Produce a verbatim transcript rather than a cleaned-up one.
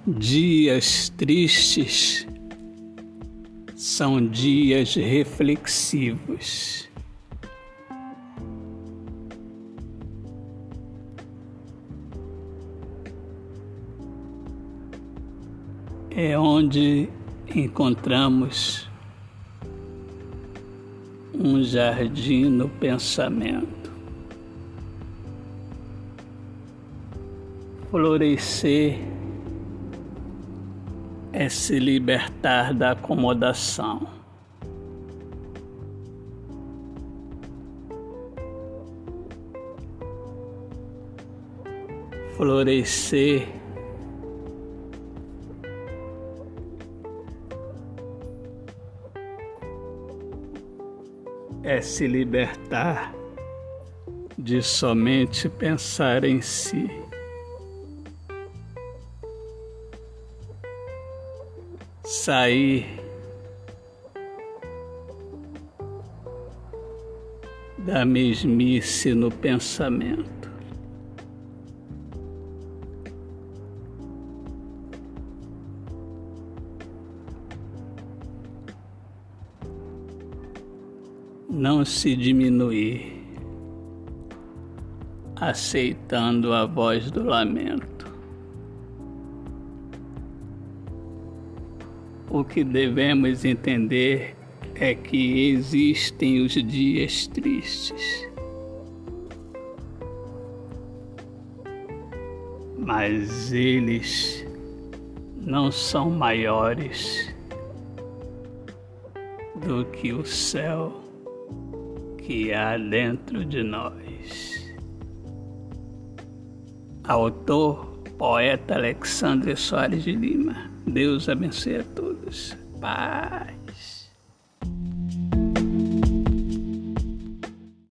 Dias tristes são dias reflexivos. É onde encontramos um jardim no pensamento. Florescer é se libertar da acomodação. Florescer é se libertar de somente pensar em si. Sair da mesmice no pensamento. Não se diminuir, aceitando a voz do lamento. O que devemos entender é que existem os dias tristes, mas eles não são maiores do que o céu que há dentro de nós. Autor, poeta Alexandre Soares de Lima. Deus abençoe a todos. Pai.